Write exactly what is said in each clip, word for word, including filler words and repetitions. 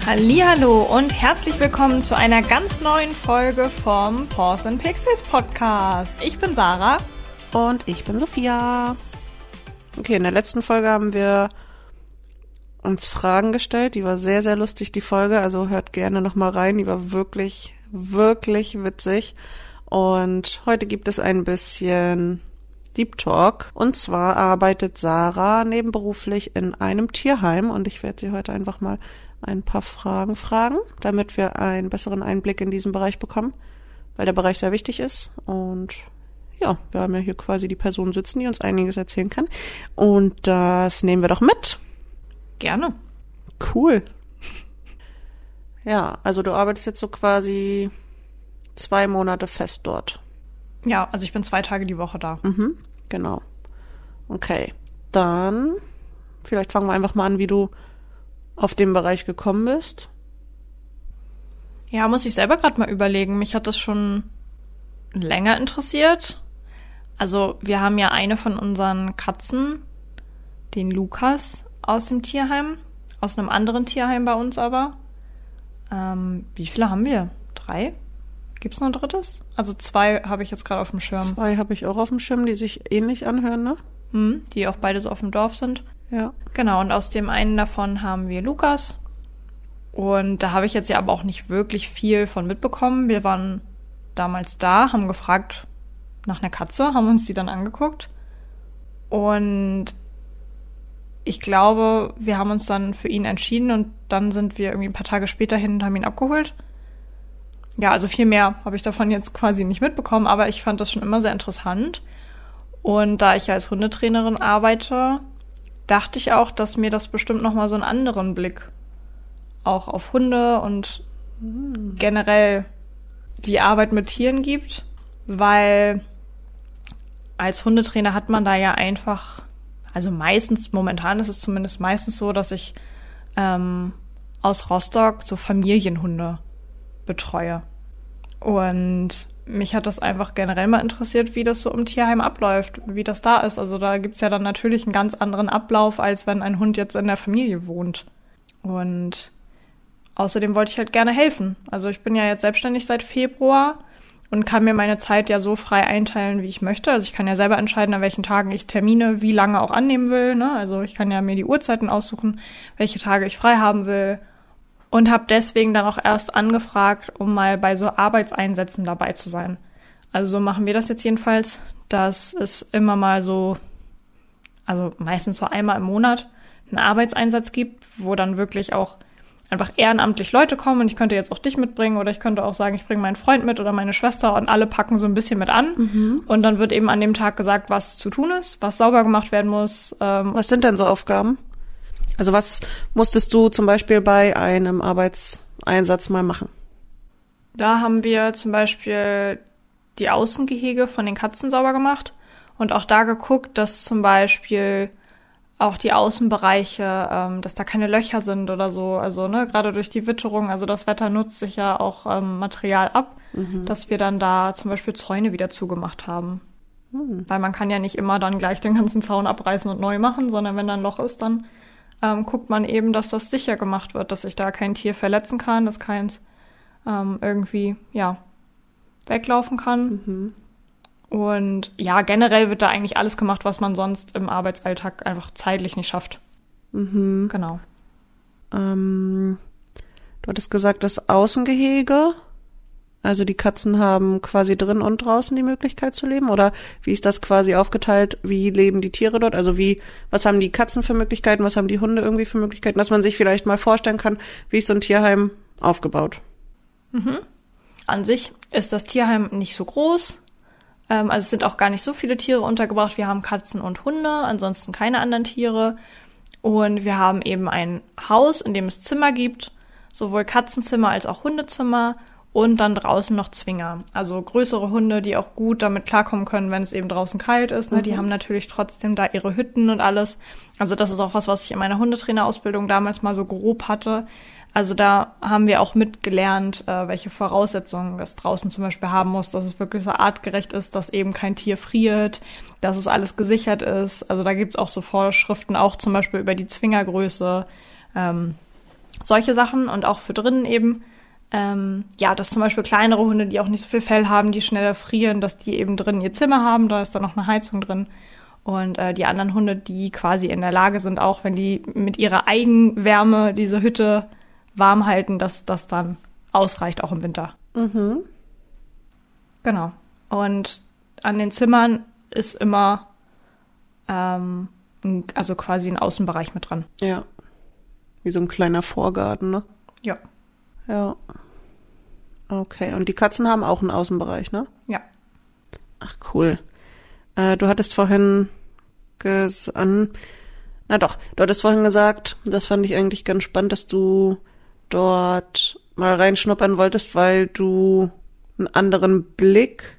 Hallihallo und herzlich willkommen zu einer ganz neuen Folge vom Paws and Pixels Podcast. Ich bin Sarah. Und ich bin Sophia. Okay, in der letzten Folge haben wir uns Fragen gestellt. Die war sehr, sehr lustig, die Folge. Also hört gerne nochmal rein. Die war wirklich, wirklich witzig. Und heute gibt es ein bisschen Deep Talk. Und zwar arbeitet Sarah nebenberuflich in einem Tierheim. Und ich werde sie heute einfach mal ein paar Fragen fragen, damit wir einen besseren Einblick in diesen Bereich bekommen, weil der Bereich sehr wichtig ist. Und ja, wir haben ja hier quasi die Person sitzen, die uns einiges erzählen kann. Und das nehmen wir doch mit. Gerne. Cool. Ja, also du arbeitest jetzt so quasi zwei Monate fest dort. Ja, also ich bin zwei Tage die Woche da. Mhm, genau. Okay, dann vielleicht fangen wir einfach mal an, wie du auf den Bereich gekommen bist. Ja, muss ich selber gerade mal überlegen. Mich hat das schon länger interessiert. Also wir haben ja eine von unseren Katzen, den Lukas, aus dem Tierheim. Aus einem anderen Tierheim bei uns aber. Ähm, wie viele haben wir? Drei? Gibt's noch ein drittes? Also zwei habe ich jetzt gerade auf dem Schirm. Zwei habe ich auch auf dem Schirm, die sich ähnlich anhören, ne? Hm, die auch beide so auf dem Dorf sind. Ja. Genau, und aus dem einen davon haben wir Lukas. Und da habe ich jetzt ja aber auch nicht wirklich viel von mitbekommen. Wir waren damals da, haben gefragt nach einer Katze, haben uns die dann angeguckt. Und ich glaube, wir haben uns dann für ihn entschieden und dann sind wir irgendwie ein paar Tage später hin und haben ihn abgeholt. Ja, also viel mehr habe ich davon jetzt quasi nicht mitbekommen, aber ich fand das schon immer sehr interessant. Und da ich ja als Hundetrainerin arbeite, dachte ich auch, dass mir das bestimmt nochmal so einen anderen Blick auch auf Hunde und mhm. generell die Arbeit mit Tieren gibt, weil als Hundetrainer hat man da ja einfach, also meistens, momentan ist es zumindest meistens so, dass ich ähm, aus Rostock so Familienhunde betreue. Und mich hat das einfach generell mal interessiert, wie das so im Tierheim abläuft, wie das da ist. Also da gibt's ja dann natürlich einen ganz anderen Ablauf, als wenn ein Hund jetzt in der Familie wohnt. Und außerdem wollte ich halt gerne helfen. Also ich bin ja jetzt selbstständig seit Februar und kann mir meine Zeit ja so frei einteilen, wie ich möchte. Also ich kann ja selber entscheiden, an welchen Tagen ich Termine wie lange auch annehmen will, ne? Also ich kann ja mir die Uhrzeiten aussuchen, welche Tage ich frei haben will. Und habe deswegen dann auch erst angefragt, um mal bei so Arbeitseinsätzen dabei zu sein. Also so machen wir das jetzt jedenfalls, dass es immer mal so, also meistens so einmal im Monat, einen Arbeitseinsatz gibt, wo dann wirklich auch einfach ehrenamtlich Leute kommen. Und ich könnte jetzt auch dich mitbringen oder ich könnte auch sagen, ich bringe meinen Freund mit oder meine Schwester und alle packen so ein bisschen mit an. Mhm. Und dann wird eben an dem Tag gesagt, was zu tun ist, was sauber gemacht werden muss. Ähm, was sind denn so Aufgaben? Also was musstest du zum Beispiel bei einem Arbeitseinsatz mal machen? Da haben wir zum Beispiel die Außengehege von den Katzen sauber gemacht und auch da geguckt, dass zum Beispiel auch die Außenbereiche, ähm, dass da keine Löcher sind oder so. Also ne, gerade durch die Witterung, also das Wetter nutzt sich ja auch ähm, Material ab, mhm. dass wir dann da zum Beispiel Zäune wieder zugemacht haben. Mhm. Weil man kann ja nicht immer dann gleich den ganzen Zaun abreißen und neu machen, sondern wenn da ein Loch ist, dann Ähm, guckt man eben, dass das sicher gemacht wird, dass sich da kein Tier verletzen kann, dass keins ähm, irgendwie, ja, weglaufen kann. Mhm. Und ja, generell wird da eigentlich alles gemacht, was man sonst im Arbeitsalltag einfach zeitlich nicht schafft. Mhm. Genau. Ähm, du hattest gesagt, das Außengehege, also die Katzen haben quasi drin und draußen die Möglichkeit zu leben? Oder wie ist das quasi aufgeteilt? Wie leben die Tiere dort? Also wie, was haben die Katzen für Möglichkeiten? Was haben die Hunde irgendwie für Möglichkeiten? Dass man sich vielleicht mal vorstellen kann, wie ist so ein Tierheim aufgebaut? Mhm. An sich ist das Tierheim nicht so groß. Ähm, also es sind auch gar nicht so viele Tiere untergebracht. Wir haben Katzen und Hunde, ansonsten keine anderen Tiere. Und wir haben eben ein Haus, in dem es Zimmer gibt, sowohl Katzenzimmer als auch Hundezimmer. Und dann draußen noch Zwinger. Also größere Hunde, die auch gut damit klarkommen können, wenn es eben draußen kalt ist. Ne? Mhm. Die haben natürlich trotzdem da ihre Hütten und alles. Also das ist auch was, was ich in meiner Hundetrainerausbildung damals mal so grob hatte. Also da haben wir auch mitgelernt, äh, welche Voraussetzungen das draußen zum Beispiel haben muss, dass es wirklich so artgerecht ist, dass eben kein Tier friert, dass es alles gesichert ist. Also da gibt's auch so Vorschriften, auch zum Beispiel über die Zwingergröße. Ähm, Solche Sachen und auch für drinnen eben. Ähm, ja, dass zum Beispiel kleinere Hunde, die auch nicht so viel Fell haben, die schneller frieren, dass die eben drin ihr Zimmer haben, da ist dann noch eine Heizung drin. Und äh, die anderen Hunde, die quasi in der Lage sind, auch wenn die mit ihrer Eigenwärme diese Hütte warm halten, dass das dann ausreicht, auch im Winter. Mhm. Genau. Und an den Zimmern ist immer ähm, ein, also quasi ein Außenbereich mit dran. Ja. Wie so ein kleiner Vorgarten, ne? Ja. Ja. Okay, und die Katzen haben auch einen Außenbereich, ne? Ja. Ach, cool. Äh, du hattest vorhin ges- an, na doch, du hattest vorhin gesagt, das fand ich eigentlich ganz spannend, dass du dort mal reinschnuppern wolltest, weil du einen anderen Blick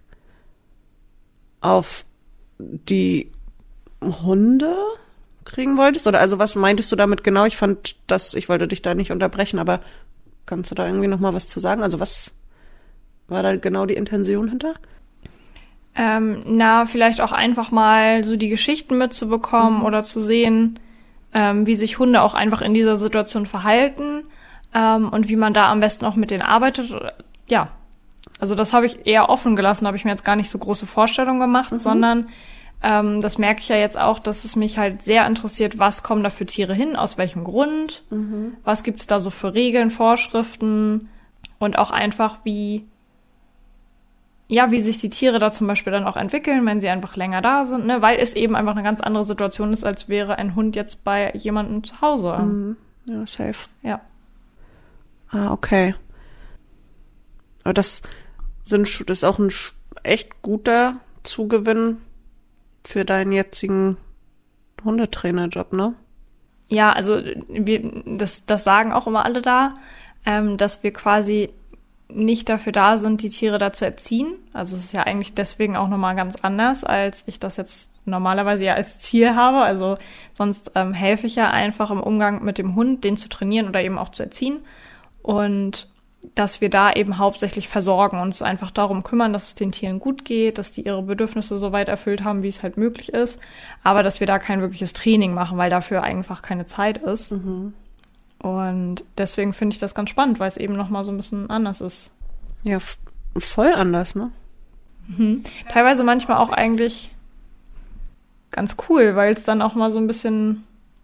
auf die Hunde kriegen wolltest? Oder also was meintest du damit genau? Ich fand das, ich wollte dich da nicht unterbrechen, aber kannst du da irgendwie noch mal was zu sagen? Also was war da genau die Intention hinter? Ähm, na, vielleicht auch einfach mal so die Geschichten mitzubekommen Mhm. oder zu sehen, ähm, wie sich Hunde auch einfach in dieser Situation verhalten ähm, und wie man da am besten auch mit denen arbeitet. Ja, also das habe ich eher offen gelassen, habe ich mir jetzt gar nicht so große Vorstellungen gemacht, Mhm. sondern ähm, das merke ich ja jetzt auch, dass es mich halt sehr interessiert, was kommen da für Tiere hin, aus welchem Grund, Mhm. was gibt's da so für Regeln, Vorschriften und auch einfach wie ja, wie sich die Tiere da zum Beispiel dann auch entwickeln, wenn sie einfach länger da sind, ne, weil es eben einfach eine ganz andere Situation ist, als wäre ein Hund jetzt bei jemandem zu Hause. Mhm. Ja, safe. Ja. Ah, okay. Aber das sind, sch- das ist auch ein sch- echt guter Zugewinn für deinen jetzigen Hundetrainerjob, ne? Ja, also wir, das, das sagen auch immer alle da, ähm, dass wir quasi nicht dafür da sind, die Tiere da zu erziehen. Also es ist ja eigentlich deswegen auch nochmal ganz anders, als ich das jetzt normalerweise ja als Ziel habe. Also sonst ähm, helfe ich ja einfach im Umgang mit dem Hund, den zu trainieren oder eben auch zu erziehen. Und dass wir da eben hauptsächlich versorgen und uns einfach darum kümmern, dass es den Tieren gut geht, dass die ihre Bedürfnisse so weit erfüllt haben, wie es halt möglich ist. Aber dass wir da kein wirkliches Training machen, weil dafür einfach keine Zeit ist. Mhm. Und deswegen finde ich das ganz spannend, weil es eben nochmal so ein bisschen anders ist. Ja, f- voll anders, ne? Mhm. Teilweise manchmal auch eigentlich ganz cool, weil es dann auch mal so ein bisschen,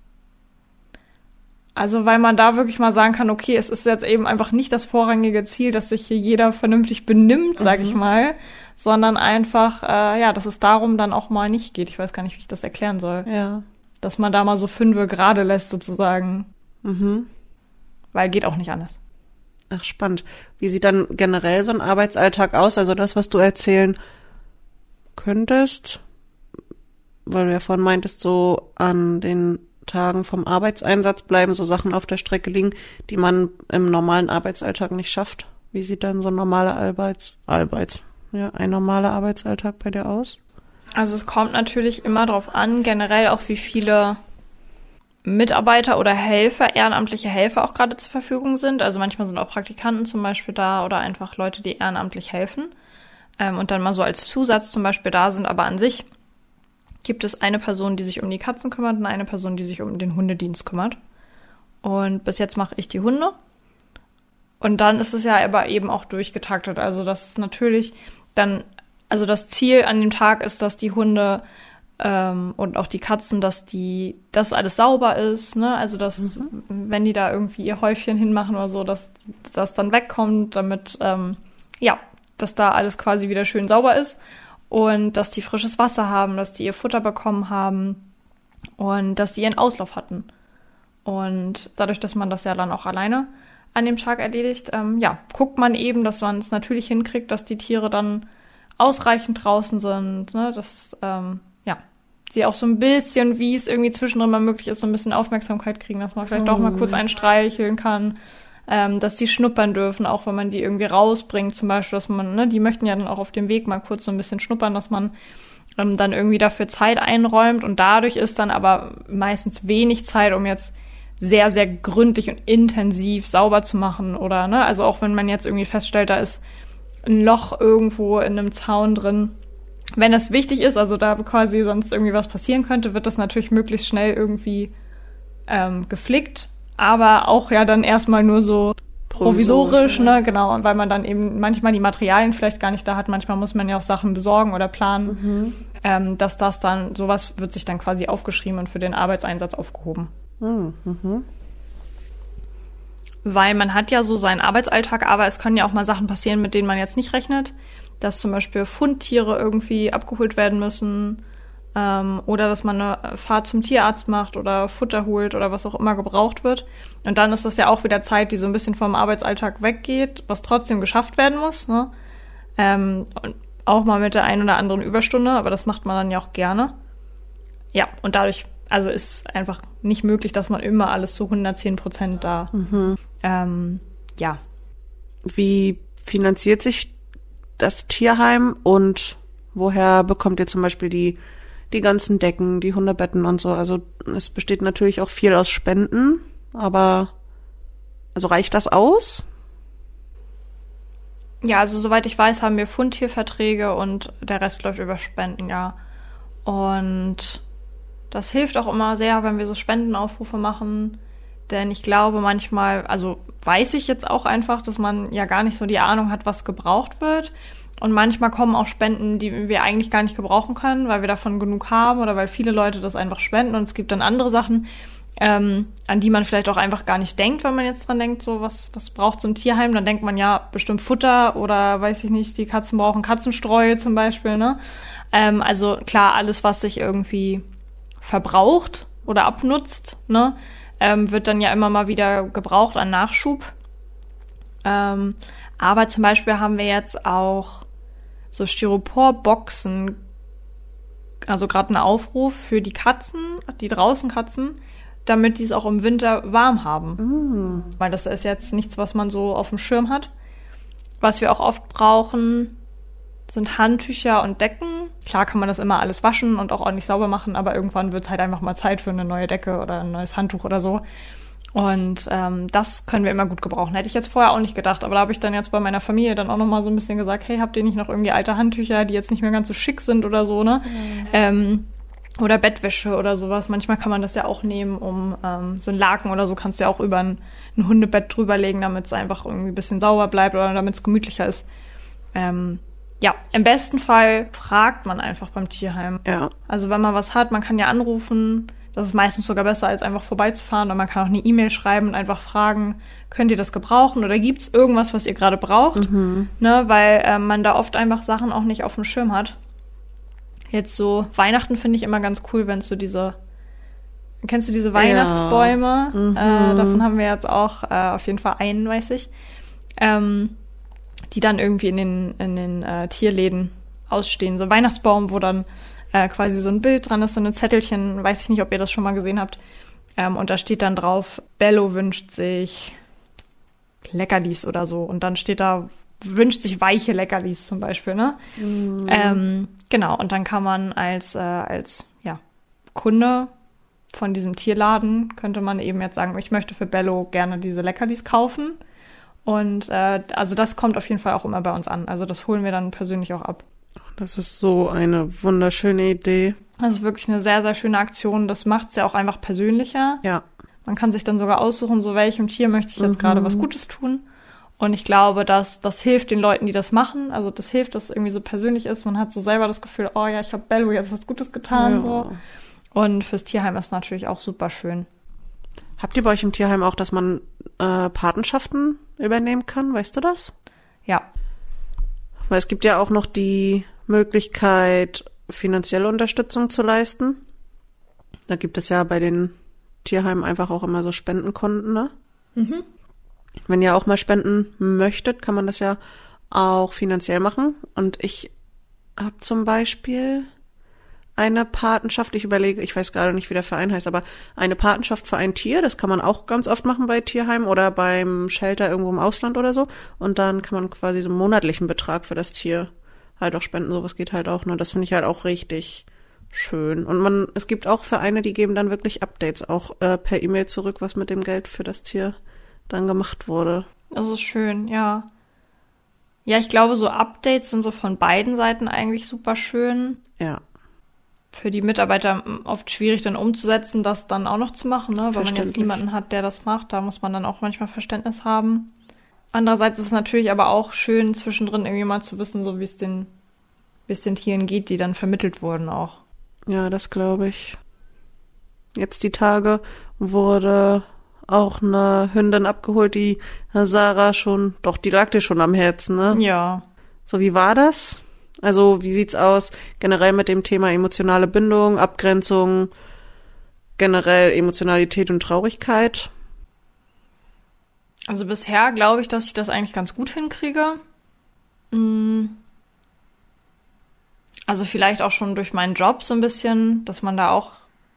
also weil man da wirklich mal sagen kann, okay, es ist jetzt eben einfach nicht das vorrangige Ziel, dass sich hier jeder vernünftig benimmt, sag Mhm. ich mal, sondern einfach, äh, ja, dass es darum dann auch mal nicht geht. Ich weiß gar nicht, wie ich das erklären soll. Ja. Dass man da mal so Fünfe gerade lässt sozusagen, Mhm. weil geht auch nicht anders. Ach, spannend. Wie sieht dann generell so ein Arbeitsalltag aus? Also das, was du erzählen könntest, weil du ja vorhin meintest, so an den Tagen vom Arbeitseinsatz bleiben so Sachen auf der Strecke liegen, die man im normalen Arbeitsalltag nicht schafft. Wie sieht dann so ein normaler Arbeits, Arbeits, ja, ein normaler Arbeitsalltag bei dir aus? Also es kommt natürlich immer drauf an, generell auch wie viele Mitarbeiter oder Helfer, ehrenamtliche Helfer auch gerade zur Verfügung sind. Also manchmal sind auch Praktikanten zum Beispiel da oder einfach Leute, die ehrenamtlich helfen ähm, und dann mal so als Zusatz zum Beispiel da sind. Aber an sich gibt es eine Person, die sich um die Katzen kümmert und eine Person, die sich um den Hundedienst kümmert. Und bis jetzt mache ich die Hunde. Und dann ist es ja aber eben auch durchgetaktet. Also das ist natürlich dann, also das Ziel an dem Tag ist, dass die Hunde ähm, und auch die Katzen, dass die, dass alles sauber ist, ne? Also dass, mhm. wenn die da irgendwie ihr Häufchen hinmachen oder so, dass das dann wegkommt, damit, ähm, ja, dass da alles quasi wieder schön sauber ist und dass die frisches Wasser haben, dass die ihr Futter bekommen haben und dass die ihren Auslauf hatten. Und dadurch, dass man das ja dann auch alleine an dem Tag erledigt, ähm, ja, guckt man eben, dass man es natürlich hinkriegt, dass die Tiere dann ausreichend draußen sind, ne, dass, ähm, ja, sie auch so ein bisschen, wie es irgendwie zwischendrin mal möglich ist, so ein bisschen Aufmerksamkeit kriegen, dass man vielleicht oh. auch mal kurz einen streicheln kann, ähm, dass die schnuppern dürfen, auch wenn man die irgendwie rausbringt, zum Beispiel, dass man, ne, die möchten ja dann auch auf dem Weg mal kurz so ein bisschen schnuppern, dass man ähm, dann irgendwie dafür Zeit einräumt und dadurch ist dann aber meistens wenig Zeit, um jetzt sehr, sehr gründlich und intensiv sauber zu machen oder, ne, also auch wenn man jetzt irgendwie feststellt, da ist ein Loch irgendwo in einem Zaun drin. Wenn das wichtig ist, also da quasi sonst irgendwie was passieren könnte, wird das natürlich möglichst schnell irgendwie ähm, geflickt. aber auch ja dann erstmal nur so provisorisch, Provisorisch, ne, genau, und weil man dann eben manchmal die Materialien vielleicht gar nicht da hat, manchmal muss man ja auch Sachen besorgen oder planen, Mhm. ähm, dass das dann, sowas wird sich dann quasi aufgeschrieben und für den Arbeitseinsatz aufgehoben. Mhm. Mhm. Weil man hat ja so seinen Arbeitsalltag, aber es können ja auch mal Sachen passieren, mit denen man jetzt nicht rechnet, dass zum Beispiel Fundtiere irgendwie abgeholt werden müssen, ähm, oder dass man eine Fahrt zum Tierarzt macht oder Futter holt oder was auch immer gebraucht wird. Und dann ist das ja auch wieder Zeit, die so ein bisschen vom Arbeitsalltag weggeht, was trotzdem geschafft werden muss, ne? Ähm, und auch mal mit der einen oder anderen Überstunde, aber das macht man dann ja auch gerne. Ja, und dadurch, also ist einfach nicht möglich, dass man immer alles zu hundertzehn Prozent da, Mhm. ähm, ja. Wie finanziert sich das Tierheim und woher bekommt ihr zum Beispiel die, die ganzen Decken, die Hundebetten und so? Also es besteht natürlich auch viel aus Spenden, aber also reicht das aus? Ja, also soweit ich weiß, haben wir Fundtierverträge und der Rest läuft über Spenden, ja. Und das hilft auch immer sehr, wenn wir so Spendenaufrufe machen, denn ich glaube manchmal, also weiß ich jetzt auch einfach, dass man ja gar nicht so die Ahnung hat, was gebraucht wird. Und manchmal kommen auch Spenden, die wir eigentlich gar nicht gebrauchen können, weil wir davon genug haben oder weil viele Leute das einfach spenden. Und es gibt dann andere Sachen, ähm, an die man vielleicht auch einfach gar nicht denkt, wenn man jetzt dran denkt, so was, was braucht so ein Tierheim? Dann denkt man ja bestimmt Futter oder weiß ich nicht, die Katzen brauchen Katzenstreu zum Beispiel, ne? Ähm, also klar, alles, was sich irgendwie verbraucht oder abnutzt, ne, ähm, wird dann ja immer mal wieder gebraucht an Nachschub. Ähm, aber zum Beispiel haben wir jetzt auch so Styropor-Boxen, also gerade einen Aufruf für die Katzen, die draußen Katzen, damit die es auch im Winter warm haben. Mhm. Weil das ist jetzt nichts, was man so auf dem Schirm hat. Was wir auch oft brauchen, sind Handtücher und Decken. Klar kann man das immer alles waschen und auch ordentlich sauber machen, aber irgendwann wird es halt einfach mal Zeit für eine neue Decke oder ein neues Handtuch oder so. Und ähm, das können wir immer gut gebrauchen. Hätte ich jetzt vorher auch nicht gedacht, aber da habe ich dann jetzt bei meiner Familie dann auch nochmal so ein bisschen gesagt, hey, habt ihr nicht noch irgendwie alte Handtücher, die jetzt nicht mehr ganz so schick sind oder so, ne? Mhm. Ähm, oder Bettwäsche oder sowas. Manchmal kann man das ja auch nehmen, um ähm, so ein Laken oder so kannst du ja auch über ein, ein Hundebett drüberlegen, damit es einfach irgendwie ein bisschen sauber bleibt oder damit es gemütlicher ist. Ähm, ja, im besten Fall fragt man einfach beim Tierheim. Ja. Also wenn man was hat, man kann ja anrufen. Das ist meistens sogar besser, als einfach vorbeizufahren. Oder man kann auch eine E-Mail schreiben und einfach fragen, könnt ihr das gebrauchen oder gibt's irgendwas, was ihr gerade braucht? Mhm. Ne, weil äh, man da oft einfach Sachen auch nicht auf dem Schirm hat. Jetzt so Weihnachten finde ich immer ganz cool, wenn es so diese, kennst du diese Weihnachtsbäume? Ja. Mhm. Äh, davon haben wir jetzt auch äh, auf jeden Fall einen, weiß ich. Ähm, die dann irgendwie in den, in den äh, Tierläden ausstehen. So ein Weihnachtsbaum, wo dann äh, quasi so ein Bild dran ist, so ein Zettelchen, weiß ich nicht, ob ihr das schon mal gesehen habt. Ähm, und da steht dann drauf, Bello wünscht sich Leckerlis oder so. Und dann steht da, wünscht sich weiche Leckerlis zum Beispiel, ne? Mhm. Ähm, genau, und dann kann man als, äh, als ja, Kunde von diesem Tierladen, könnte man eben jetzt sagen, ich möchte für Bello gerne diese Leckerlis kaufen. Und äh, also das kommt auf jeden Fall auch immer bei uns an. Also das holen wir dann persönlich auch ab. Das ist so eine wunderschöne Idee. Das ist wirklich eine sehr, sehr schöne Aktion. Das macht es ja auch einfach persönlicher. Ja. Man kann sich dann sogar aussuchen, so welchem Tier möchte ich jetzt mhm. gerade was Gutes tun. Und ich glaube, dass das hilft den Leuten, die das machen. Also das hilft, dass es irgendwie so persönlich ist. Man hat so selber das Gefühl, oh ja, ich habe Bello jetzt was Gutes getan. Ja. So. Und fürs Tierheim ist natürlich auch super schön. Habt ihr bei euch im Tierheim auch, dass man äh, Patenschaften übernehmen kann? Weißt du das? Ja. Weil es gibt ja auch noch die Möglichkeit, finanzielle Unterstützung zu leisten. Da gibt es ja bei den Tierheimen einfach auch immer so Spendenkonten, ne? Mhm. Wenn ihr auch mal spenden möchtet, kann man das ja auch finanziell machen. Und ich habe zum Beispiel eine Patenschaft, ich überlege, ich weiß gerade nicht, wie der Verein heißt, aber eine Patenschaft für ein Tier, das kann man auch ganz oft machen bei Tierheimen oder beim Shelter irgendwo im Ausland oder so. Und dann kann man quasi so einen monatlichen Betrag für das Tier halt auch spenden. Sowas geht halt auch, ne? Das finde ich halt auch richtig schön. Und man, es gibt auch Vereine, die geben dann wirklich Updates auch äh, per E-Mail zurück, was mit dem Geld für das Tier dann gemacht wurde. Das ist schön, ja. Ja, ich glaube, so Updates sind so von beiden Seiten eigentlich super schön. Ja. für die Mitarbeiter oft schwierig dann umzusetzen, das dann auch noch zu machen, ne? Weil man jetzt niemanden hat, der das macht. Da muss man dann auch manchmal Verständnis haben. Andererseits ist es natürlich aber auch schön, zwischendrin irgendwie mal zu wissen, so wie es den, wie es den Tieren geht, die dann vermittelt wurden auch. Ja, das glaube ich. Jetzt die Tage wurde auch eine Hündin abgeholt, die Sarah schon, doch, die lag dir schon am Herzen, ne? Ja. So, wie war das? Also, wie sieht's aus generell mit dem Thema emotionale Bindung, Abgrenzung, generell Emotionalität und Traurigkeit? Also bisher glaube ich, dass ich das eigentlich ganz gut hinkriege. Also vielleicht auch schon durch meinen Job so ein bisschen, dass man da auch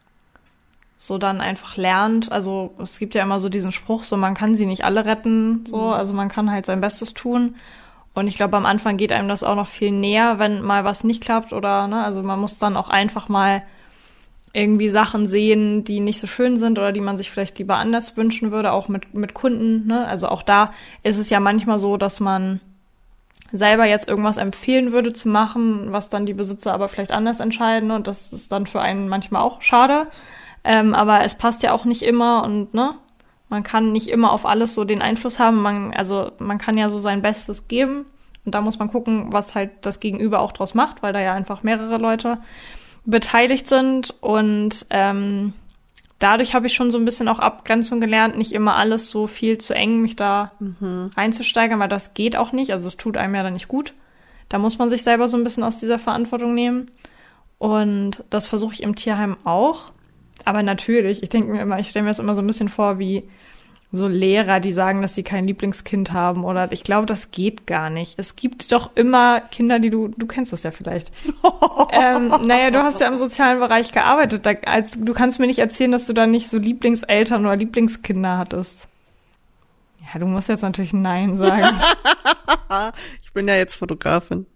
so dann einfach lernt. Also es gibt ja immer so diesen Spruch, so man kann sie nicht alle retten, so, also man kann halt sein Bestes tun. Und ich glaube, am Anfang geht einem das auch noch viel näher, wenn mal was nicht klappt oder, ne, also man muss dann auch einfach mal irgendwie Sachen sehen, die nicht so schön sind oder die man sich vielleicht lieber anders wünschen würde, auch mit, mit Kunden, ne, also auch da ist es ja manchmal so, dass man selber jetzt irgendwas empfehlen würde zu machen, was dann die Besitzer aber vielleicht anders entscheiden und das ist dann für einen manchmal auch schade, ähm, aber es passt ja auch nicht immer und, ne, man kann nicht immer auf alles so den Einfluss haben. Man, also man kann ja so sein Bestes geben und da muss man gucken, was halt das Gegenüber auch draus macht, weil da ja einfach mehrere Leute beteiligt sind und ähm, dadurch habe ich schon so ein bisschen auch Abgrenzung gelernt, nicht immer alles so viel zu eng mich da mhm. reinzusteigern, weil das geht auch nicht, also es tut einem ja dann nicht gut. Da muss man sich selber so ein bisschen aus dieser Verantwortung nehmen und das versuche ich im Tierheim auch. Aber natürlich, ich denke mir immer, ich stelle mir das immer so ein bisschen vor, wie so Lehrer, die sagen, dass sie kein Lieblingskind haben oder ich glaube, das geht gar nicht. Es gibt doch immer Kinder, die du, du kennst das ja vielleicht. ähm, naja, du hast ja im sozialen Bereich gearbeitet. Da, als, du kannst mir nicht erzählen, dass du da nicht so Lieblingseltern oder Lieblingskinder hattest. Ja, du musst jetzt natürlich Nein sagen. Ich bin ja jetzt Fotografin.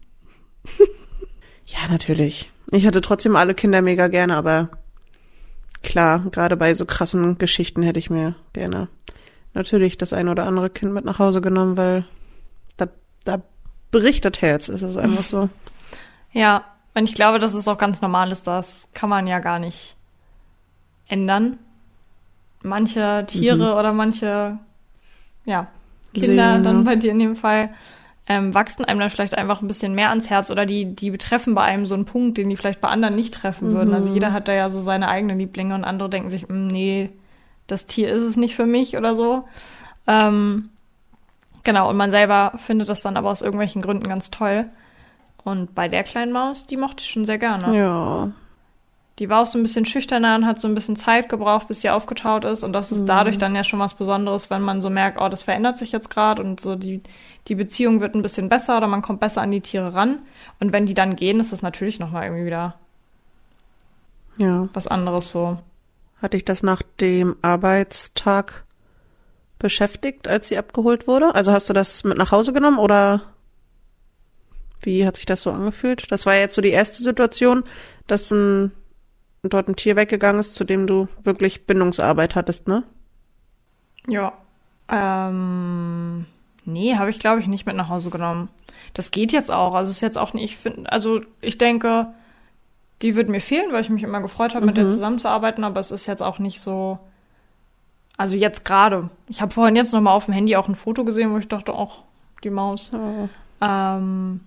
Ja, natürlich. Ich hatte trotzdem alle Kinder mega gerne, aber klar, gerade bei so krassen Geschichten hätte ich mir gerne natürlich das ein oder andere Kind mit nach Hause genommen, weil da, da bricht das Herz, ist es einfach so. Ja, und ich glaube, dass es auch ganz normal ist, das kann man ja gar nicht ändern. Manche Tiere mhm. oder manche ja, Kinder Seelen, dann ja. bei dir in dem Fall ähm, wachsen einem dann vielleicht einfach ein bisschen mehr ans Herz oder die die betreffen bei einem so einen Punkt, den die vielleicht bei anderen nicht treffen mhm. würden. Also jeder hat da ja so seine eigenen Lieblinge und andere denken sich, nee, das Tier ist es nicht für mich oder so. Ähm, genau, und man selber findet das dann aber aus irgendwelchen Gründen ganz toll. Und bei der kleinen Maus, die mochte ich schon sehr gerne. Ja. Die war auch so ein bisschen schüchterner und hat so ein bisschen Zeit gebraucht, bis sie aufgetaut ist. Und das ist mhm. dadurch dann ja schon was Besonderes, wenn man so merkt, oh, das verändert sich jetzt gerade und so die die Beziehung wird ein bisschen besser oder man kommt besser an die Tiere ran. Und wenn die dann gehen, ist das natürlich nochmal irgendwie wieder ja. was anderes so. Hatte ich das nach dem Arbeitstag beschäftigt, als sie abgeholt wurde? Also hast du das mit nach Hause genommen oder wie hat sich das so angefühlt? Das war ja jetzt so die erste Situation, dass ein, dort ein Tier weggegangen ist, zu dem du wirklich Bindungsarbeit hattest, ne? Ja. Ähm, nee, habe ich glaube ich nicht mit nach Hause genommen. Das geht jetzt auch. Also es ist jetzt auch nicht, ich finde, also ich denke, die wird mir fehlen, weil ich mich immer gefreut habe, mhm. mit der zusammenzuarbeiten, aber es ist jetzt auch nicht so, also jetzt gerade. Ich habe vorhin jetzt nochmal auf dem Handy auch ein Foto gesehen, wo ich dachte, ach, die Maus. Oh. Ähm,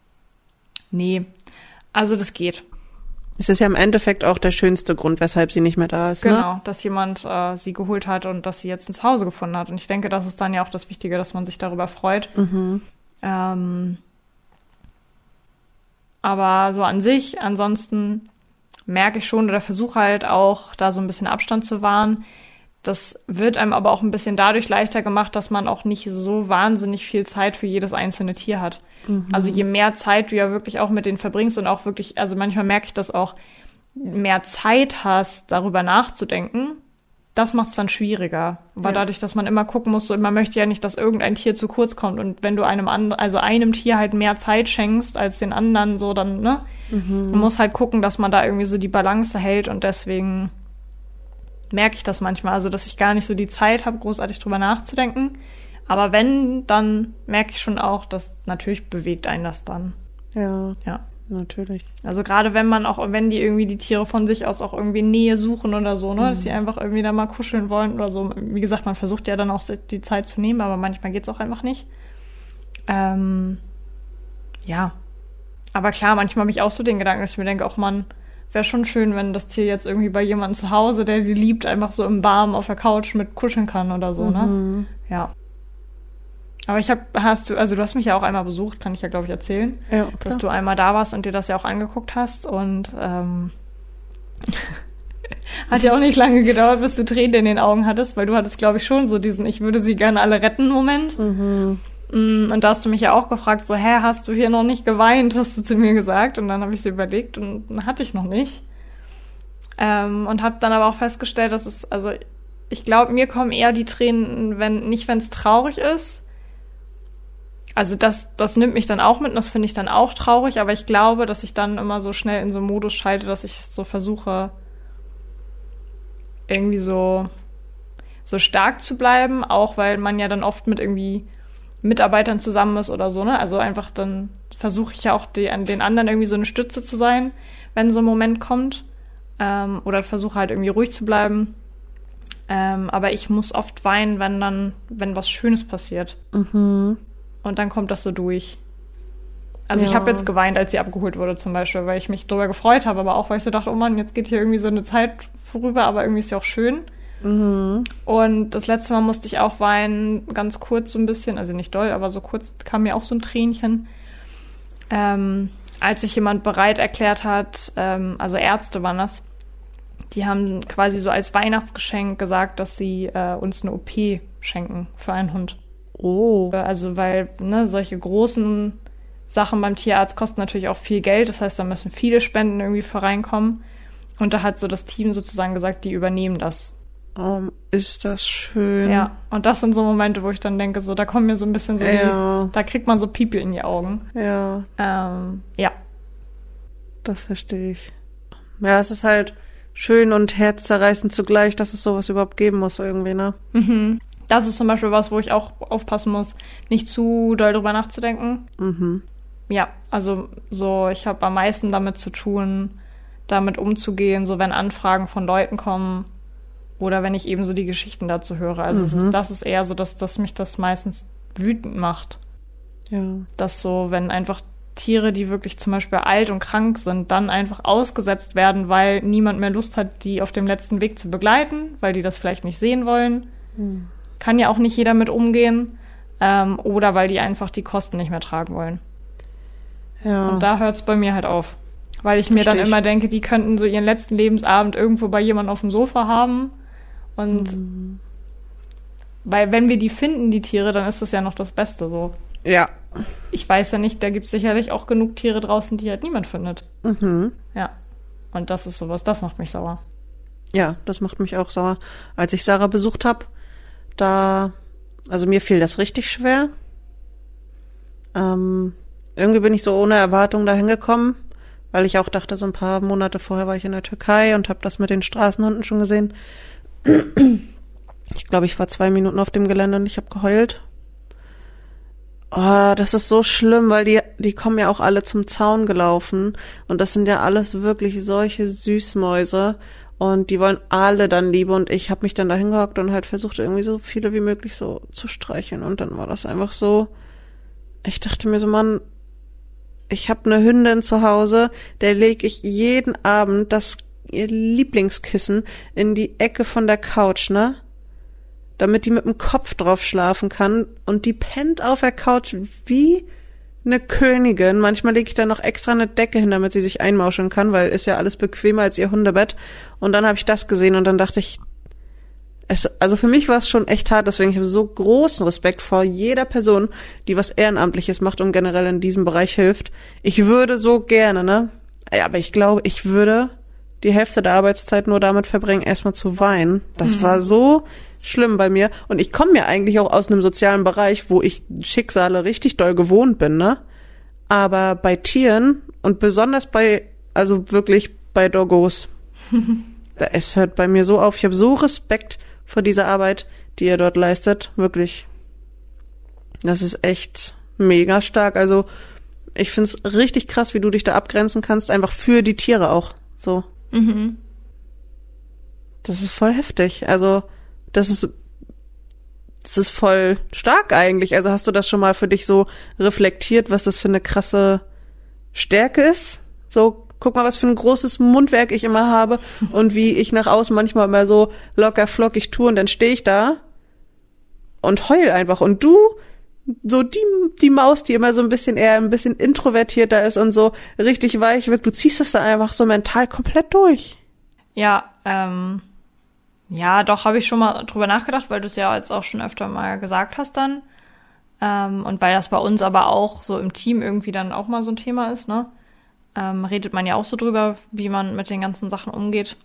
nee, also das geht. Es ist ja im Endeffekt auch der schönste Grund, weshalb sie nicht mehr da ist, genau, ne? Genau, dass jemand äh, sie geholt hat und dass sie jetzt ein Zuhause gefunden hat. Und ich denke, das ist dann ja auch das Wichtige, dass man sich darüber freut. Mhm. Ähm, aber so an sich, ansonsten merke ich schon oder versuche halt auch, da so ein bisschen Abstand zu wahren. Das wird einem aber auch ein bisschen dadurch leichter gemacht, dass man auch nicht so wahnsinnig viel Zeit für jedes einzelne Tier hat. Mhm. Also je mehr Zeit du ja wirklich auch mit denen verbringst und auch wirklich, also manchmal merke ich das auch, mehr Zeit hast, darüber nachzudenken, das macht es dann schwieriger. Weil ja. dadurch, dass man immer gucken muss, so, man möchte ja nicht, dass irgendein Tier zu kurz kommt. Und wenn du einem anderen, also einem Tier halt mehr Zeit schenkst als den anderen, so dann, ne? Mhm. Man muss halt gucken, dass man da irgendwie so die Balance hält und deswegen merke ich das manchmal, also dass ich gar nicht so die Zeit habe, großartig drüber nachzudenken. Aber wenn, dann merke ich schon auch, dass natürlich bewegt einen das dann. Ja. Ja. Natürlich. Also gerade wenn man auch, wenn die irgendwie die Tiere von sich aus auch irgendwie Nähe suchen oder so, ne, mhm. dass sie einfach irgendwie da mal kuscheln wollen oder so. Wie gesagt, man versucht ja dann auch die Zeit zu nehmen, aber manchmal geht's auch einfach nicht. Ähm, ja. Aber klar, manchmal habe ich auch so den Gedanken, dass ich mir denke, auch man, wäre schon schön, wenn das Tier jetzt irgendwie bei jemandem zu Hause, der die liebt, einfach so im Warmen auf der Couch mit kuscheln kann oder so, mhm. ne? Ja. Aber ich habe, hast du, also du hast mich ja auch einmal besucht, kann ich ja, glaube ich, erzählen, ja, dass du einmal da warst und dir das ja auch angeguckt hast und ähm, hat ja auch nicht lange gedauert, bis du Tränen in den Augen hattest, weil du hattest, glaube ich, schon so diesen ich würde sie gerne alle retten Moment. Mhm. Und da hast du mich ja auch gefragt, so, hä, hast du hier noch nicht geweint, hast du zu mir gesagt. Und dann habe ich so überlegt und hatte ich noch nicht. Ähm, und habe dann aber auch festgestellt, dass es, also ich glaube, mir kommen eher die Tränen, wenn nicht, wenn es traurig ist. Also das, das nimmt mich dann auch mit und das finde ich dann auch traurig, aber ich glaube, dass ich dann immer so schnell in so einen Modus schalte, dass ich so versuche, irgendwie so, so stark zu bleiben, auch weil man ja dann oft mit irgendwie Mitarbeitern zusammen ist oder so, ne? Also einfach dann versuche ich ja auch die, den anderen irgendwie so eine Stütze zu sein, wenn so ein Moment kommt. Ähm, oder versuche halt irgendwie ruhig zu bleiben. Ähm, aber ich muss oft weinen, wenn dann, wenn was Schönes passiert. Mhm. Und dann kommt das so durch. Also ja. ich habe jetzt geweint, als sie abgeholt wurde zum Beispiel, weil ich mich darüber gefreut habe, aber auch, weil ich so dachte, oh Mann, jetzt geht hier irgendwie so eine Zeit vorüber, aber irgendwie ist ja auch schön. Mhm. Und das letzte Mal musste ich auch weinen, ganz kurz so ein bisschen, also nicht doll, aber so kurz kam mir auch so ein Tränchen, ähm, als sich jemand bereit erklärt hat, ähm, also Ärzte waren das, die haben quasi so als Weihnachtsgeschenk gesagt, dass sie äh, uns eine O P schenken für einen Hund. Oh. Also weil ne, solche großen Sachen beim Tierarzt kosten natürlich auch viel Geld, das heißt, da müssen viele Spenden irgendwie für reinkommen. Und da hat so das Team sozusagen gesagt, die übernehmen das. Oh, ist das schön. Ja, und das sind so Momente, wo ich dann denke, so, da kommen mir so ein bisschen so, ja. die, da kriegt man so Pipi in die Augen. Ja. Ähm, ja. Das verstehe ich. Ja, es ist halt schön und herzzerreißend zugleich, dass es sowas überhaupt geben muss irgendwie, ne? Mhm. Das ist zum Beispiel was, wo ich auch aufpassen muss, nicht zu doll drüber nachzudenken. Mhm. Ja, also so, ich habe am meisten damit zu tun, damit umzugehen, so wenn Anfragen von Leuten kommen oder wenn ich eben so die Geschichten dazu höre. Also mhm. es ist, das ist eher so, dass, dass mich das meistens wütend macht. Ja. Dass so, wenn einfach Tiere, die wirklich zum Beispiel alt und krank sind, dann einfach ausgesetzt werden, weil niemand mehr Lust hat, die auf dem letzten Weg zu begleiten, weil die das vielleicht nicht sehen wollen. Mhm. Kann ja auch nicht jeder mit umgehen. Ähm, oder weil die einfach die Kosten nicht mehr tragen wollen. Ja. Und da hört's bei mir halt auf. Weil ich mir Versteh dann ich. immer denke, die könnten so ihren letzten Lebensabend irgendwo bei jemandem auf dem Sofa haben. Und mhm. weil wenn wir die finden, die Tiere, dann ist das ja noch das Beste so. Ja. Ich weiß ja nicht, da gibt's sicherlich auch genug Tiere draußen, die halt niemand findet. Mhm. Ja. Und das ist sowas, das macht mich sauer. Ja, das macht mich auch sauer. Als ich Sarah besucht habe, da, also mir fiel das richtig schwer. Ähm, irgendwie bin ich so ohne Erwartung da hingekommen, weil ich auch dachte, so ein paar Monate vorher war ich in der Türkei und habe das mit den Straßenhunden schon gesehen. Ich glaube, ich war zwei Minuten auf dem Gelände und ich habe geheult. Oh, das ist so schlimm, weil die, die kommen ja auch alle zum Zaun gelaufen und das sind ja alles wirklich solche Süßmäuse. Und die wollen alle dann Liebe und ich habe mich dann da hingehockt und halt versucht, irgendwie so viele wie möglich so zu streicheln. Und dann war das einfach so, ich dachte mir so, Mann, ich habe eine Hündin zu Hause, der lege ich jeden Abend das ihr Lieblingskissen in die Ecke von der Couch, ne? Damit die mit dem Kopf drauf schlafen kann. Und die pennt auf der Couch wie eine Königin. Manchmal lege ich da noch extra eine Decke hin, damit sie sich einmauscheln kann, weil ist ja alles bequemer als ihr Hundebett. Und dann habe ich das gesehen und dann dachte ich, es, also für mich war es schon echt hart, deswegen ich habe so großen Respekt vor jeder Person, die was Ehrenamtliches macht und generell in diesem Bereich hilft. Ich würde so gerne, ne? Ja, aber ich glaube, ich würde die Hälfte der Arbeitszeit nur damit verbringen, erstmal zu weinen. Das mhm. war so schlimm bei mir. Und ich komme ja eigentlich auch aus einem sozialen Bereich, wo ich Schicksale richtig doll gewohnt bin, ne? Aber bei Tieren und besonders bei, also wirklich bei Doggos, da, es hört bei mir so auf. Ich habe so Respekt vor dieser Arbeit, die ihr dort leistet. Wirklich. Das ist echt mega stark. Also ich find's richtig krass, wie du dich da abgrenzen kannst, einfach für die Tiere auch, so. Mhm. Das ist voll heftig. Also, das ist, das ist voll stark eigentlich. Also hast du das schon mal für dich so reflektiert, was das für eine krasse Stärke ist? So, guck mal, was für ein großes Mundwerk ich immer habe und wie ich nach außen manchmal immer so locker flockig tue und dann stehe ich da und heul einfach. Und du, so die, die Maus, die immer so ein bisschen eher ein bisschen introvertierter ist und so richtig weich wirkt, du ziehst das da einfach so mental komplett durch. Ja, ähm, ja, doch, habe ich schon mal drüber nachgedacht, weil du es ja jetzt auch schon öfter mal gesagt hast dann. Ähm, und weil das bei uns aber auch so im Team irgendwie dann auch mal so ein Thema ist, ne? Ähm, redet man ja auch so drüber, wie man mit den ganzen Sachen umgeht.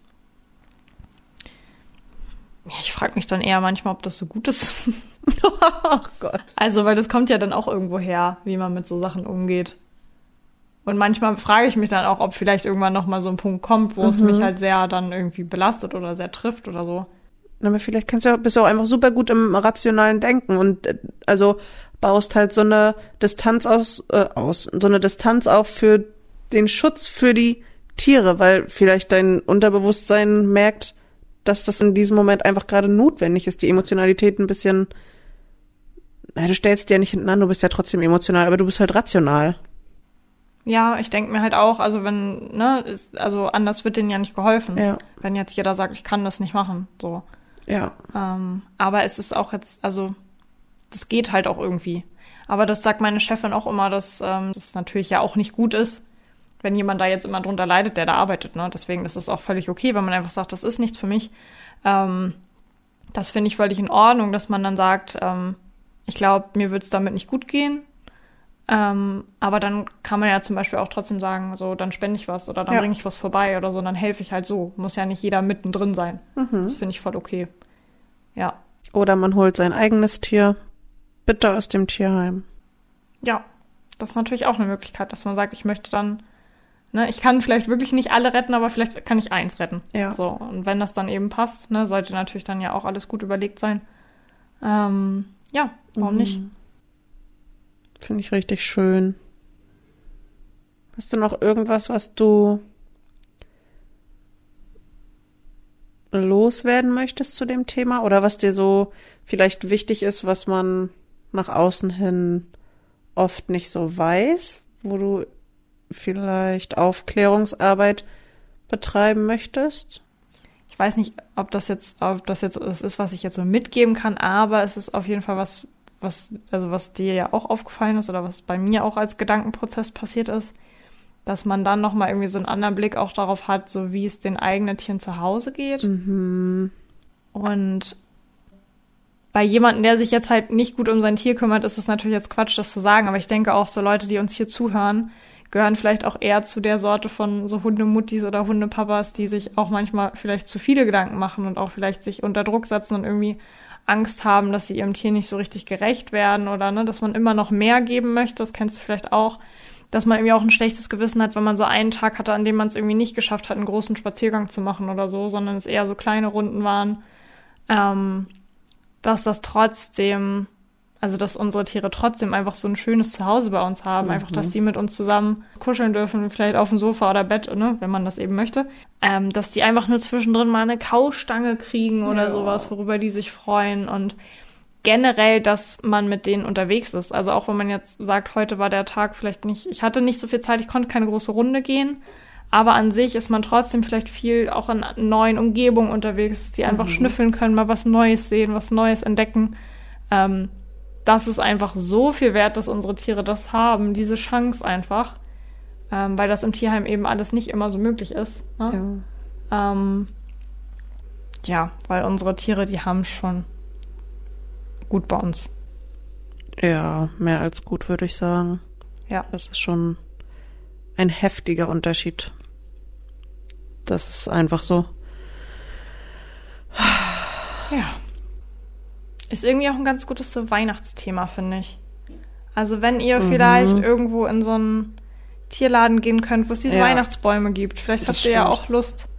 Ja, ich frage mich dann eher manchmal, ob das so gut ist. Oh Gott. Also, weil das kommt ja dann auch irgendwo her, wie man mit so Sachen umgeht. Und manchmal frage ich mich dann auch, ob vielleicht irgendwann noch mal so ein Punkt kommt, wo mhm. es mich halt sehr dann irgendwie belastet oder sehr trifft oder so. Aber vielleicht kannst du, bist du auch einfach super gut im rationalen Denken und also baust halt so eine Distanz aus, äh, aus, so eine Distanz auf für den Schutz für die Tiere, weil vielleicht dein Unterbewusstsein merkt, dass das in diesem Moment einfach gerade notwendig ist, die Emotionalität ein bisschen, na, du stellst dir ja nicht hinten an, du bist ja trotzdem emotional, aber du bist halt rational. Ja, ich denke mir halt auch, also wenn, ne, ist, also anders wird denen ja nicht geholfen, ja. wenn jetzt jeder sagt, ich kann das nicht machen, so. Ja. Ähm, aber es ist auch jetzt, also das geht halt auch irgendwie. Aber das sagt meine Chefin auch immer, dass ähm, das natürlich ja auch nicht gut ist, wenn jemand da jetzt immer drunter leidet, der da arbeitet, ne? Deswegen ist es auch völlig okay, wenn man einfach sagt, das ist nichts für mich. Ähm, das finde ich völlig in Ordnung, dass man dann sagt, ähm, ich glaube, mir wird es damit nicht gut gehen. Ähm, aber dann kann man ja zum Beispiel auch trotzdem sagen, so, dann spende ich was oder dann ja. bringe ich was vorbei oder so, dann helfe ich halt so. Muss ja nicht jeder mittendrin sein. Mhm. Das finde ich voll okay. Ja. Oder man holt sein eigenes Tier bitte aus dem Tierheim. Ja, das ist natürlich auch eine Möglichkeit, dass man sagt, ich möchte dann, ne, ich kann vielleicht wirklich nicht alle retten, aber vielleicht kann ich eins retten. Ja. So, und wenn das dann eben passt, ne, sollte natürlich dann ja auch alles gut überlegt sein. Ähm, ja, warum mhm. nicht? Finde ich richtig schön. Hast du noch irgendwas, was du loswerden möchtest zu dem Thema? Oder was dir so vielleicht wichtig ist, was man nach außen hin oft nicht so weiß, wo du vielleicht Aufklärungsarbeit betreiben möchtest? Ich weiß nicht, ob das jetzt, ob das jetzt das ist, was ich jetzt so mitgeben kann, aber es ist auf jeden Fall was, was, also was dir ja auch aufgefallen ist oder was bei mir auch als Gedankenprozess passiert ist, dass man dann nochmal irgendwie so einen anderen Blick auch darauf hat, so wie es den eigenen Tieren zu Hause geht. Mhm. Und bei jemandem, der sich jetzt halt nicht gut um sein Tier kümmert, ist es natürlich jetzt Quatsch, das zu sagen, aber ich denke auch, so Leute, die uns hier zuhören, gehören vielleicht auch eher zu der Sorte von so Hundemuttis oder Hundepapas, die sich auch manchmal vielleicht zu viele Gedanken machen und auch vielleicht sich unter Druck setzen und irgendwie Angst haben, dass sie ihrem Tier nicht so richtig gerecht werden oder ne, dass man immer noch mehr geben möchte, das kennst du vielleicht auch, dass man irgendwie auch ein schlechtes Gewissen hat, wenn man so einen Tag hatte, an dem man es irgendwie nicht geschafft hat, einen großen Spaziergang zu machen oder so, sondern es eher so kleine Runden waren, ähm, dass das trotzdem, also dass unsere Tiere trotzdem einfach so ein schönes Zuhause bei uns haben, mhm. einfach, dass die mit uns zusammen kuscheln dürfen, vielleicht auf dem Sofa oder Bett, ne, wenn man das eben möchte, ähm, dass die einfach nur zwischendrin mal eine Kaustange kriegen oder ja. sowas, worüber die sich freuen und generell, dass man mit denen unterwegs ist. Also auch wenn man jetzt sagt, heute war der Tag vielleicht nicht, ich hatte nicht so viel Zeit, ich konnte keine große Runde gehen, aber an sich ist man trotzdem vielleicht viel auch in neuen Umgebungen unterwegs, die einfach mhm. schnüffeln können, mal was Neues sehen, was Neues entdecken. Ähm, das ist einfach so viel wert, dass unsere Tiere das haben, diese Chance einfach, ähm, weil das im Tierheim eben alles nicht immer so möglich ist. Ne? Ja. Ähm, ja, weil unsere Tiere, die haben schon gut bei uns. Ja, mehr als gut, würde ich sagen. Ja. Das ist schon ein heftiger Unterschied. Das ist einfach so. Ja. Ist irgendwie auch ein ganz gutes so Weihnachtsthema, finde ich. Also wenn ihr mhm. vielleicht irgendwo in so einen Tierladen gehen könnt, wo es diese ja. Weihnachtsbäume gibt, vielleicht habt ihr ja auch Lust,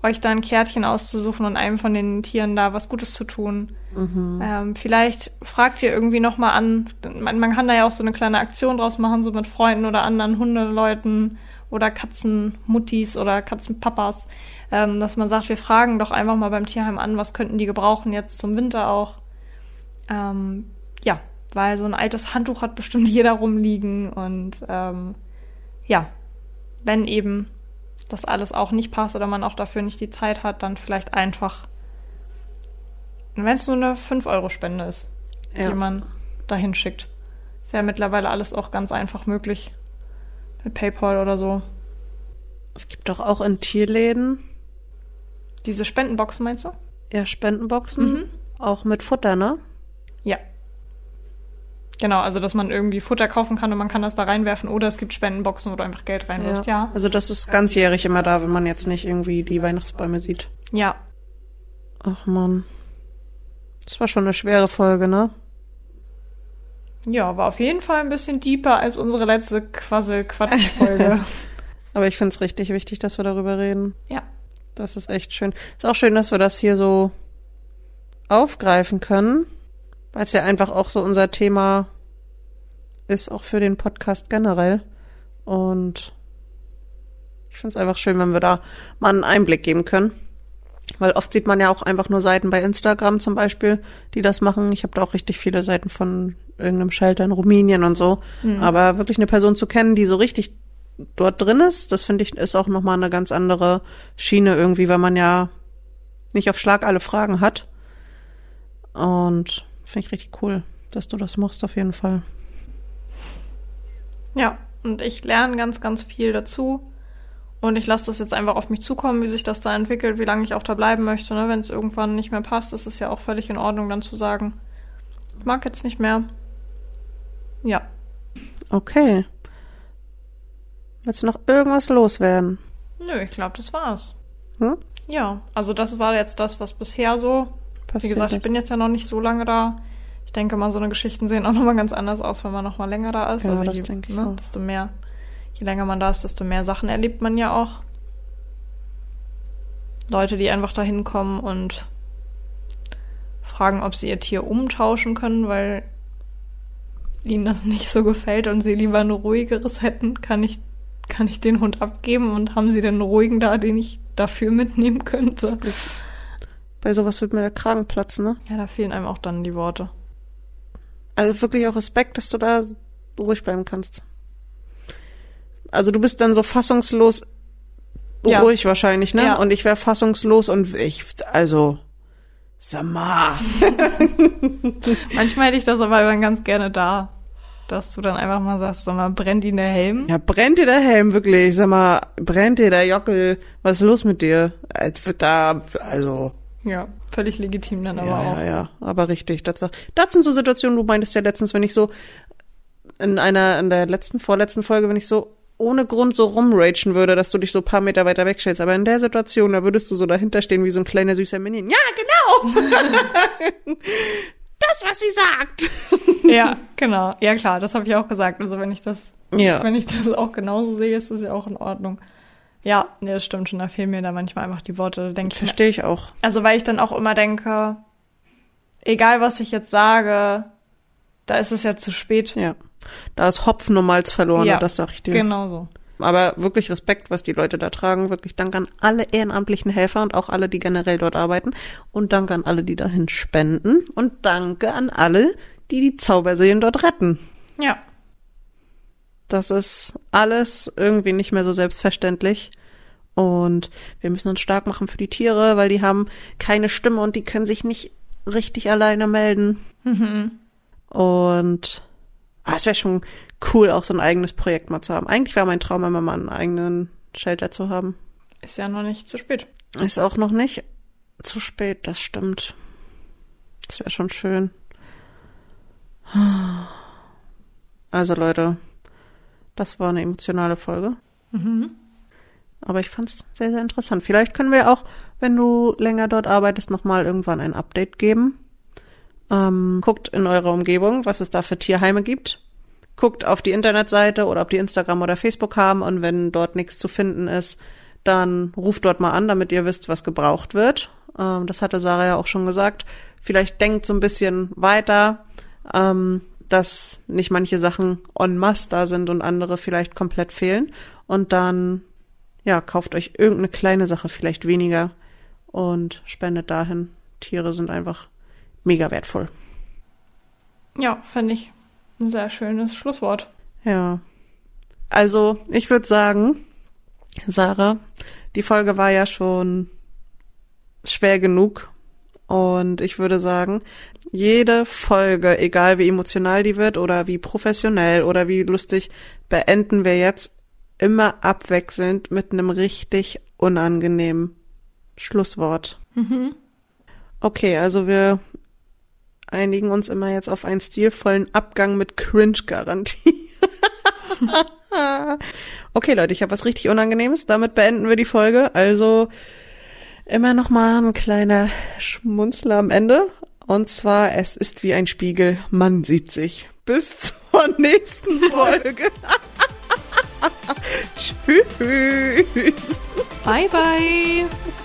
euch da ein Kärtchen auszusuchen und einem von den Tieren da was Gutes zu tun. Mhm. Ähm, vielleicht fragt ihr irgendwie nochmal an, man, man kann da ja auch so eine kleine Aktion draus machen, so mit Freunden oder anderen Hundeleuten oder Katzenmuttis oder Katzenpapas, ähm, dass man sagt, wir fragen doch einfach mal beim Tierheim an, was könnten die gebrauchen jetzt zum Winter auch. Ähm, ja, weil so ein altes Handtuch hat bestimmt jeder rumliegen und ähm, ja, wenn eben das alles auch nicht passt oder man auch dafür nicht die Zeit hat, dann vielleicht einfach, wenn es nur eine fünf Euro Spende ist, ja. die man dahin schickt. Ist ja mittlerweile alles auch ganz einfach möglich mit PayPal oder so. Es gibt doch auch in Tierläden diese Spendenboxen, meinst du? Ja, Spendenboxen, mhm. auch mit Futter, ne? Ja. Genau, also dass man irgendwie Futter kaufen kann und man kann das da reinwerfen oder es gibt Spendenboxen, wo du einfach Geld reinwirfst, ja. ja. Also das ist ganzjährig immer da, wenn man jetzt nicht irgendwie die Weihnachtsbäume sieht. Ja. Ach man. Das war schon eine schwere Folge, ne? Ja, war auf jeden Fall ein bisschen deeper als unsere letzte Quassel-Quatsch-Folge. Aber ich finde es richtig wichtig, dass wir darüber reden. Ja. Das ist echt schön. Ist auch schön, dass wir das hier so aufgreifen können. Weil es ja einfach auch so unser Thema ist, auch für den Podcast generell. Und ich finde es einfach schön, wenn wir da mal einen Einblick geben können. Weil oft sieht man ja auch einfach nur Seiten bei Instagram zum Beispiel, die das machen. Ich habe da auch richtig viele Seiten von irgendeinem Shelter in Rumänien und so. Mhm. Aber wirklich eine Person zu kennen, die so richtig dort drin ist, das finde ich, ist auch nochmal eine ganz andere Schiene irgendwie, weil man ja nicht auf Schlag alle Fragen hat. Und finde ich richtig cool, dass du das machst, auf jeden Fall. Ja, und ich lerne ganz, ganz viel dazu. Und ich lasse das jetzt einfach auf mich zukommen, wie sich das da entwickelt, wie lange ich auch da bleiben möchte. Ne? Wenn es irgendwann nicht mehr passt, ist es ja auch völlig in Ordnung, dann zu sagen, ich mag jetzt nicht mehr. Ja. Okay. Willst du noch irgendwas loswerden? Nö, ich glaube, das war's. Hm? Ja, also das war jetzt das, was bisher so... Wie gesagt, ich bin jetzt ja noch nicht so lange da. Ich denke mal, so eine Geschichten sehen auch nochmal ganz anders aus, wenn man noch mal länger da ist. Ja, also das je, denke ich ne, auch. desto mehr, je länger man da ist, desto mehr Sachen erlebt man ja auch. Leute, die einfach da hinkommen und fragen, ob sie ihr Tier umtauschen können, weil ihnen das nicht so gefällt und sie lieber ein ruhigeres hätten, kann ich, kann ich den Hund abgeben und haben sie denn einen ruhigen da, den ich dafür mitnehmen könnte? Bei sowas wird mir der Kragen platzen, ne? Ja, da fehlen einem auch dann die Worte. Also wirklich auch Respekt, dass du da ruhig bleiben kannst. Also du bist dann so fassungslos ja. ruhig wahrscheinlich, ne? Ja. Und ich wäre fassungslos und ich, also, sag mal. Manchmal hätte ich das aber dann ganz gerne da, dass du dann einfach mal sagst, sag mal, brennt Ihnen der Helm? Ja, brennt dir der Helm, wirklich. Sag mal, brennt dir der Jockel? Was ist los mit dir? Da, also... Ja, völlig legitim dann aber ja, auch. Ja, ja, aber richtig. Das, das sind so Situationen, du meintest ja letztens, wenn ich so in einer, in der letzten, vorletzten Folge, wenn ich so ohne Grund so rumragen würde, dass du dich so ein paar Meter weiter wegstellst. Aber in der Situation, da würdest du so dahinter stehen wie so ein kleiner süßer Minion. Ja, genau! Das, was sie sagt! Ja, genau. Ja, klar, das habe ich auch gesagt. Also wenn ich das, ja. wenn ich das auch genauso sehe, ist das ja auch in Ordnung. Ja, nee, das stimmt schon, da fehlen mir da manchmal einfach die Worte, denke ich. Verstehe ich auch. Also, weil ich dann auch immer denke, egal was ich jetzt sage, da ist es ja zu spät. Ja, da ist Hopfen und Malz verloren, ja, das sag ich dir. Genau so. Aber wirklich Respekt, was die Leute da tragen. Wirklich Dank an alle ehrenamtlichen Helfer und auch alle, die generell dort arbeiten. Und Dank an alle, die dahin spenden. Und danke an alle, die die Zauberseelen dort retten. Ja. Das ist alles irgendwie nicht mehr so selbstverständlich. Und wir müssen uns stark machen für die Tiere, weil die haben keine Stimme und die können sich nicht richtig alleine melden. Mhm. Und ah, es wäre schon cool, auch so ein eigenes Projekt mal zu haben. Eigentlich war mein Traum immer mal einen eigenen Shelter zu haben. Ist ja noch nicht zu spät. Ist auch noch nicht zu spät, das stimmt. Das wäre schon schön. Also Leute, das war eine emotionale Folge. Mhm. Aber ich fand's sehr, sehr interessant. Vielleicht können wir auch, wenn du länger dort arbeitest, nochmal irgendwann ein Update geben. Ähm, guckt in eurer Umgebung, was es da für Tierheime gibt. Guckt auf die Internetseite oder ob die Instagram oder Facebook haben. Und wenn dort nichts zu finden ist, dann ruft dort mal an, damit ihr wisst, was gebraucht wird. Ähm, das hatte Sarah ja auch schon gesagt. Vielleicht denkt so ein bisschen weiter, ähm, dass nicht manche Sachen en masse da sind und andere vielleicht komplett fehlen. Und dann, ja, kauft euch irgendeine kleine Sache, vielleicht weniger, und spendet dahin. Tiere sind einfach mega wertvoll. Ja, finde ich ein sehr schönes Schlusswort. Ja. Also, ich würde sagen, Sarah, die Folge war ja schon schwer genug. Und ich würde sagen, jede Folge, egal wie emotional die wird oder wie professionell oder wie lustig, beenden wir jetzt immer abwechselnd mit einem richtig unangenehmen Schlusswort. Mhm. Okay, also wir einigen uns immer jetzt auf einen stilvollen Abgang mit Cringe-Garantie. Okay, Leute, ich habe was richtig Unangenehmes. Damit beenden wir die Folge. Also immer noch mal ein kleiner Schmunzler am Ende. Und zwar, es ist wie ein Spiegel, man sieht sich. Bis zur nächsten Folge. Tschüss. Bye, bye.